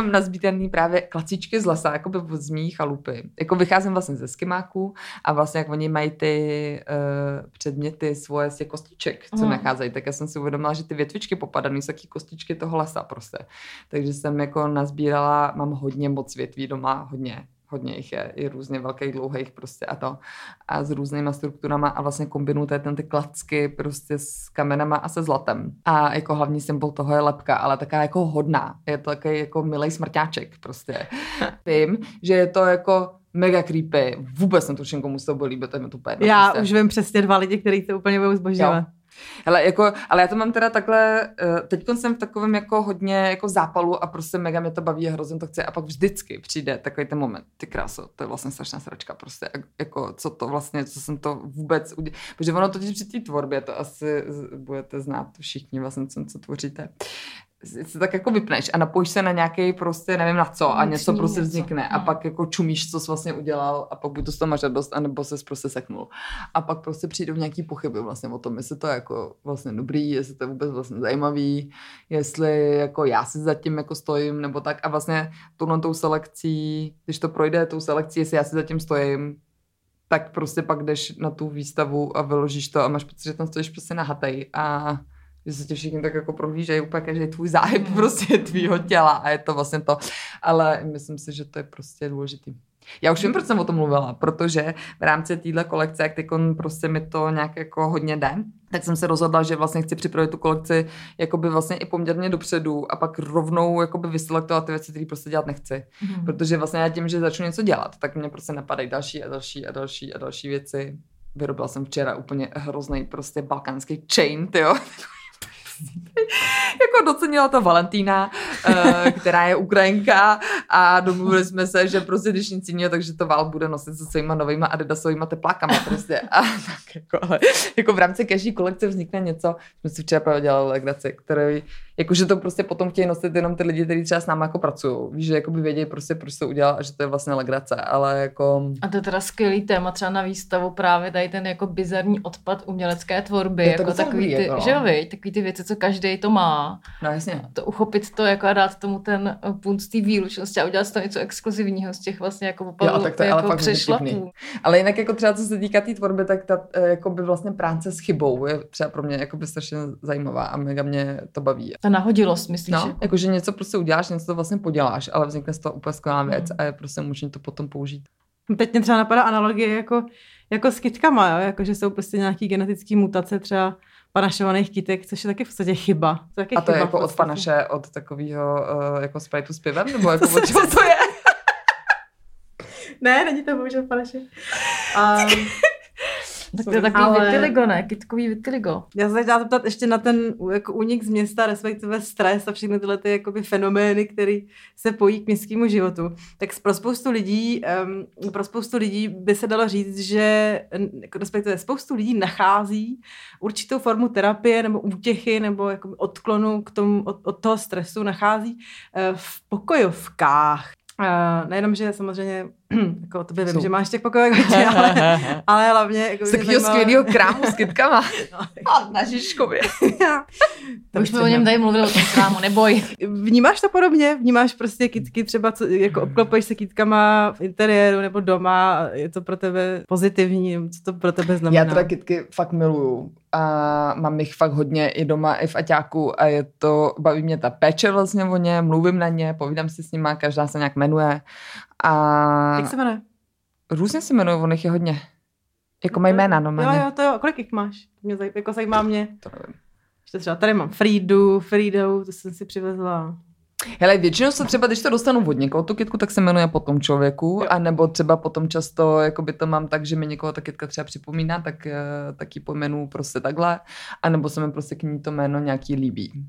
vyříkaný právě klacíčky z lesa, jako by z mý chalupy. Jako vycházím vlastně ze skimáků a vlastně jak oni mají ty předměty svoje z těch kostiček, co nacházejí, tak já jsem si uvědomila, že ty větvičky popadaný jsou taky kostičky toho lesa prostě. Takže jsem jako nazbírala, mám hodně moc větví doma, hodně jich je, i různě velkých, dlouhých prostě a s různýma strukturama a vlastně kombinuju ty klacky prostě s kamenama a se zlatem. A jako hlavní symbol toho je lebka, ale taká jako hodná. Je to takový jako milej smrťáček prostě. Vím, že je to jako mega creepy. Vůbec netuším, komu se to bude líbit, to je mi to úplně. Já prostě. už vím přesně 2 lidi, kteří to úplně budou zbožňovat. Hele, jako, ale já to mám teda takhle, teď jsem v takovém jako hodně jako zápalu a prostě mega mě to baví a hrozně to chci a pak vždycky přijde takový ten moment, ty kráso, to je vlastně strašná sračka prostě, jako co to vlastně, co jsem to vůbec udělal, protože ono totiž při té tvorbě, to asi budete znát všichni vlastně, co tvoříte, se tak jako vypneš a napojíš se na nějaký prostě nevím na co a něco prostě vznikne a pak jako čumíš, co jsi vlastně udělal a pak buď to z toho máš radost, anebo ses prostě seknul. A pak prostě přijdou nějaký pochyby vlastně o tom, jestli to je jako vlastně dobrý, jestli to je vůbec vlastně zajímavý, jestli jako já si zatím jako stojím nebo tak a vlastně tou selekcí, když to projde tou selekcí, jestli já si zatím stojím, tak prostě pak jdeš na tu výstavu a vyložíš to a máš pocit, že tam stojíš prostě nahatej a že se tě všichni tak jako prohlížejí úplně každý tvůj záhyb prostě tvýho těla a je to vlastně to. Ale myslím si, že to je prostě důležitý. Já už vím, proč jsem o tom mluvila, protože v rámci téhle kolekce, jak teďkon prostě mi to nějak jako hodně jde, tak jsem se rozhodla, že vlastně chci připravit tu kolekci jakoby vlastně i poměrně dopředu a pak rovnou jakoby vyselektovat ty věci, které prostě dělat nechci. Protože vlastně já tím, že začnu něco dělat, tak mě prostě napadají další věci. Vyrobila jsem včera úplně hrozný prostě balkánský chain, tyjo. Jako docenila to Valentína, která je Ukrajinka a domluvili jsme se, že prostě když nic jiného, takže to Val bude nosit se svýma novýma adidasovýma teplákama prostě. A tak jako, ale jako v rámci každý kolekce vznikne něco, jsme si včera právě dělali legraci, který jakože to prostě potom chtějí nosit jenom ty lidi, kteří třeba s námi jako pracují. Víš, že jakoby vědějí prostě, proč to udělal a že to je vlastně legrace, ale jako... A to je teda skvělý téma třeba na výstavu právě tady ten jako bizarní odpad umělecké tvorby, je jako takový ty, že jo, takový ty věci, co každý to má. No jasně. To uchopit to jako a dát tomu ten punt z té výlučnosti a udělat to něco exkluzivního z těch vlastně jako opravdu jako přešlapů. Ale jinak jako třeba co se týká té tvorby, tak ta jako by vlastně práce s chybou je třeba pro mě jako by strašně zajímavá a mega mě to baví. Ta nahodilost, myslíš? No, jakože něco prostě uděláš, něco to vlastně poděláš, ale vznikne z toho úplně skvělá věc a je prostě možné to potom použít. Teď mě třeba napadá analogie jako s kytkama, jo? Jako, že jsou prostě nějaký genetické mutace třeba panašovaných kytek, což je taky v podstatě chyba. A to je jako od panaše, od takového jako sprajtu s pivem, nebo jako od čeho to je? Ne, není to bohužel panaše. Tak to je takový vitiligo, ne? Kytkový vitiligo. Já se chtěla zeptat ještě na ten jako únik z města, respektive stres a všechny tyhle ty jakoby fenomény, které se pojí k městskému životu. Tak pro spoustu lidí by se dalo říct, že respektive spoustu lidí nachází určitou formu terapie nebo útěchy nebo jako odklonu k tomu, od toho stresu nachází v pokojovkách. Nejenom, že samozřejmě jako to vím, že máš těch pokojovek hodně, ale hlavně jako z takového skvělého krámu s kytkama. A na Žižkově. Už jsme o něm tady mluvili, o tom krámu, neboj. Vnímáš to podobně? Vnímáš prostě kytky třeba, jako obklopuješ se kytkama v interiéru nebo doma, je to pro tebe pozitivní, co to pro tebe znamená? Já teda kytky fakt miluju a mám jich fakt hodně i doma, i v aťáku a je to, baví mě ta péče vlastně o ně, mluvím na ně, povídám si s nima, každá se nějak jmenuje. A jak se jmenuje? Různě se jmenují, on jich je hodně. Jako mají jména, no Jo, to jo, kolik jich máš? Mě jako zajímá mě. To nevím. Ještě třeba tady mám Frídu, to jsem si přivezla. Hele, většinou se třeba, když to dostanu od někoho, tu kytku, tak se jmenuje po tom člověku, jo. A nebo třeba potom často, jakoby to mám tak, že mi někoho ta kytka třeba připomíná, tak ji pojmenuju prostě takhle, a nebo se mi prostě k ní to jméno nějaký líbí.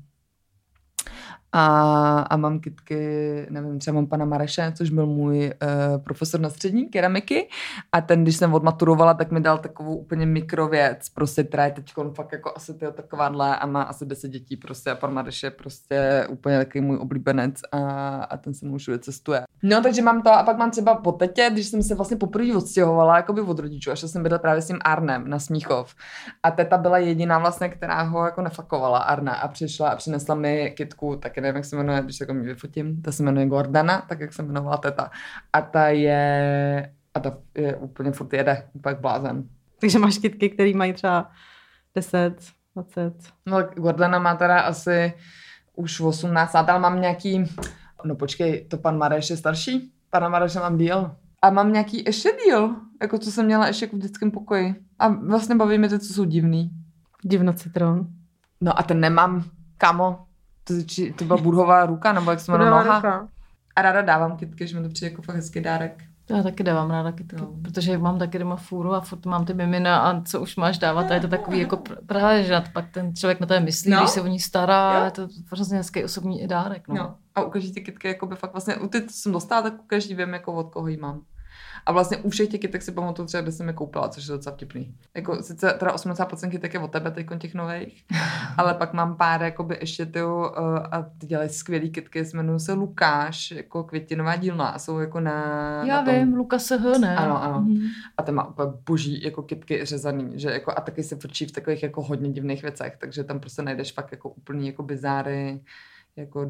A mám kytky, nevím, třeba mám pana Mareše, což byl můj profesor na střední keramiky a ten, když jsem odmaturovala, tak mi dal takovou úplně mikrověc, prostě, která je teď fakt jako asi tyho takováhle a má asi 10 dětí prostě a pan Mareš je prostě úplně takový můj oblíbenec a ten se mnou všude cestuje. No, takže mám to a pak mám třeba po tetě, když jsem se vlastně poprvé odstěhovala jakoby od rodičů, až jsem byla právě s tím Arnem na Smíchov. A teta byla jediná vlastně, která ho jako nefakovala, Arna, a přišla a přinesla mi kytku, taky nevím, jak se jmenuje, když jako mi vyfotím, ta se jmenuje Gordana, tak jak se jmenovala teta. A ta je úplně furt jede, pak blázen. Takže máš kytky, které mají třeba 10, 20. No, Gordana má teda asi už 18, ale mám nějaký, no počkej, to pan Mareš je starší? Pana Mareše mám díl. A mám nějaký ještě díl, jako co jsem měla ještě jako v dětském pokoji. A vlastně baví mě ty, co jsou divný. Divnocitron. No a ten nemám, kamo. To byla Budhová ruka, nebo jak se jmenuje noha. A ráda dávám kytky, že mi to přijde jako fakt hezký dárek. Já taky dávám ráda kytky, protože mám taky doma fůru a furt mám ty mimina a co už máš dávat a je to takový jako právě, že pak ten člověk na to myslí, když se o ní stará, je to prostě hezký osobní dárek. No. A u každý ty kytky jako by fakt vlastně, u ty, co jsem dostala, tak u každý vím, jako od koho jí mám. A vlastně u všech těch kytek si pamatuju třeba, kde jsem je koupila, což je docela vtipný. Jako sice teda 80% kytek je od tebe teďkon těch nových, ale pak mám pár jakoby ještě a ty dělají skvělý kytky, jmenují se Lukáš, jako květinová dílna a jsou jako na Já na vím, Lukas se ne? Ano. A ten má úplně boží jako kytky řezaný, že jako a taky se frčí v takových jako hodně divných věcech, takže tam prostě najdeš fakt jako úplný jako bizáry, jako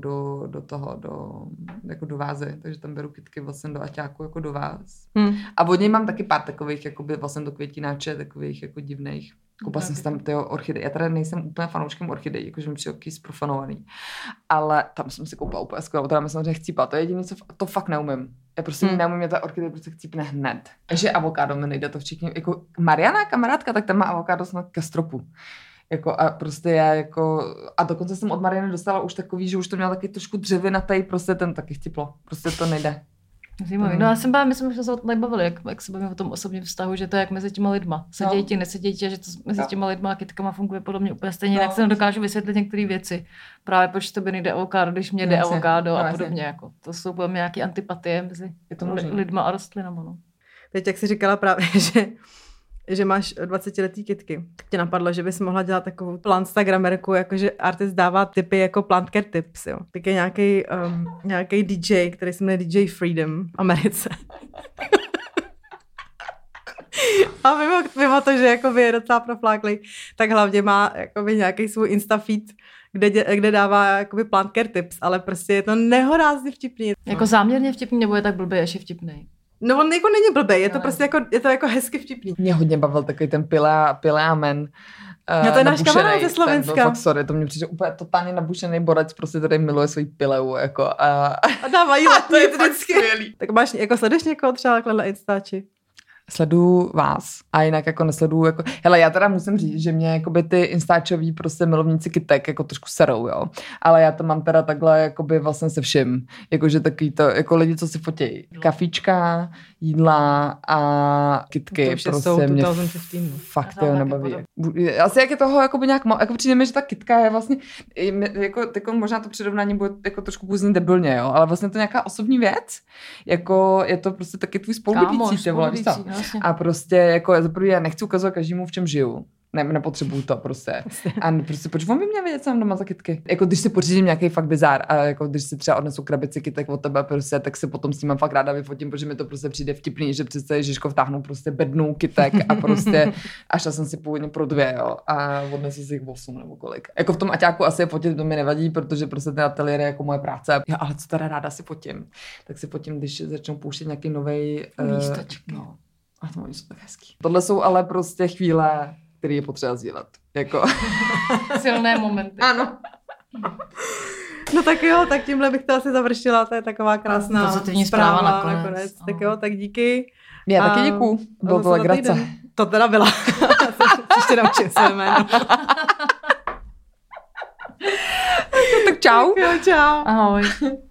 do vázy, takže tam beru kytky vlastně do aťáku jako do váz. A od něj mám taky pár takových jakoby vlastně do květináče, takových jako divných. Koupila jsem si tam ty orchideje. Já teda nejsem úplně fanouškem orchidejí, jakože mi přijde zprofanovaný. Ale tam jsem si koupila úplně skvělou, teda mi samozřejmě chcípala. To je jediné, co to fakt neumím. Já prostě neumím, mě ta orchidej prostě chcípne hned. Takže avokádo mi nejde to všichni. Jako Mariana, kamarádka, tak tam má avokádo snad ke stropu. Jako a prostě já jako, a dokonce jsem od Mariany dostala už takový, že už to měla taky trošku dřevinatej, prostě ten taky chcíplo. Prostě to nejde. No já jsem my jsme se o tom nebavili, jak se bavíme o tom osobním vztahu, že to je jak mezi těma lidma. Sedějí ti, nesedějí ti, a že to mezi těma lidma a kytkama funguje podobně úplně stejně, jak se nedokážu vysvětlit některé věci. Právě proč to by nejde avokádo, když mě jde avokádo a podobně. Jako. To jsou podle mě nějaké antipatie mezi lidma a rostlinama. No. Teď, jak jsi říkala právě, že máš 20letý kytky. Tě napadlo, že bys mohla dělat takovou plantstagramerku, jakože artist dává tipy jako plant care tips, jo. Tak je nějaký DJ, který se jmenuje DJ Freedom v Americe. A mimo to, že jakoby je docela profláklý, tak hlavně má jakoby nějaký svůj Insta feed, kde dává jakoby plant care tips, ale prostě je to nehorázně vtipný. Jako záměrně vtipný, nebo je tak blbý, až je vtipný? No on jako není blbej, je to prostě jako hezky vtipný. Mě hodně bavil takový ten Pile a Men. No to je náš kamarád ze Slovenska. Fakt sorry, to mě přijde úplně totálně nabušený borec, prostě tady miluje svoji Pileu, jako a dávají to je vždycky skvělý. Tak máš, jako sleduješ někoho třeba takhle na Instači? Sleduju vás a jinak jako nesleduju, jako, hele, já teda musím říct, že mě jakoby ty instačoví prostě milovníci kytek jako trošku serou, jo, ale já to mám teda takhle jakoby vlastně se vším, jakože takový to, jako lidi, co si fotějí, kafička, jídla a kytky, to prostě mě fakt jo nebaví. Asi jak je toho jakoby nějak, jako přijde mi, že ta kytka je vlastně, jako možná to přirovnání bude jako trošku půzní debilně, jo, ale vlastně to nějaká osobní věc, jako je to prostě taky tvůj spolubydící, a prostě jako za první já nechci ukazovat každému, v čem žiju. Nepotřebuju to prostě. A prostě proč on by měl vědět, co mám doma za kytky? Jako když si pořídím nějaký fakt bizár a jako když si třeba odnesu krabici kytek od tebe prostě, tak se potom s tím mám fakt ráda vyfotím, protože mi to prostě přijde vtipný, že přece Ježiško vtáhnu prostě bednu kytek a prostě až já jsem si původně pro 2, jo, a odnesu si jich 8 nebo kolik. Jako v tom aťáku asi je fotit, to mi nevadí, protože prostě ten ateliér je jako moje práce. Já, ale co teda ráda si fotím? Tak si fotím, když začnou pouštět nějaký novej lístačky. No. A to jsou tak hezký. Tohle jsou ale prostě chvíle, který je potřeba sdílet. Jako. Silné momenty. Ano. No tak jo, tak tímhle bych to asi završila, to je taková krásná pozitivní zpráva nakonec. Tak jo, tak díky. Já taky děkuju. Bylo to legrace. To teda byla. Příště naučím se jméno. Tak čau. Tak jo, čau. Ahoj.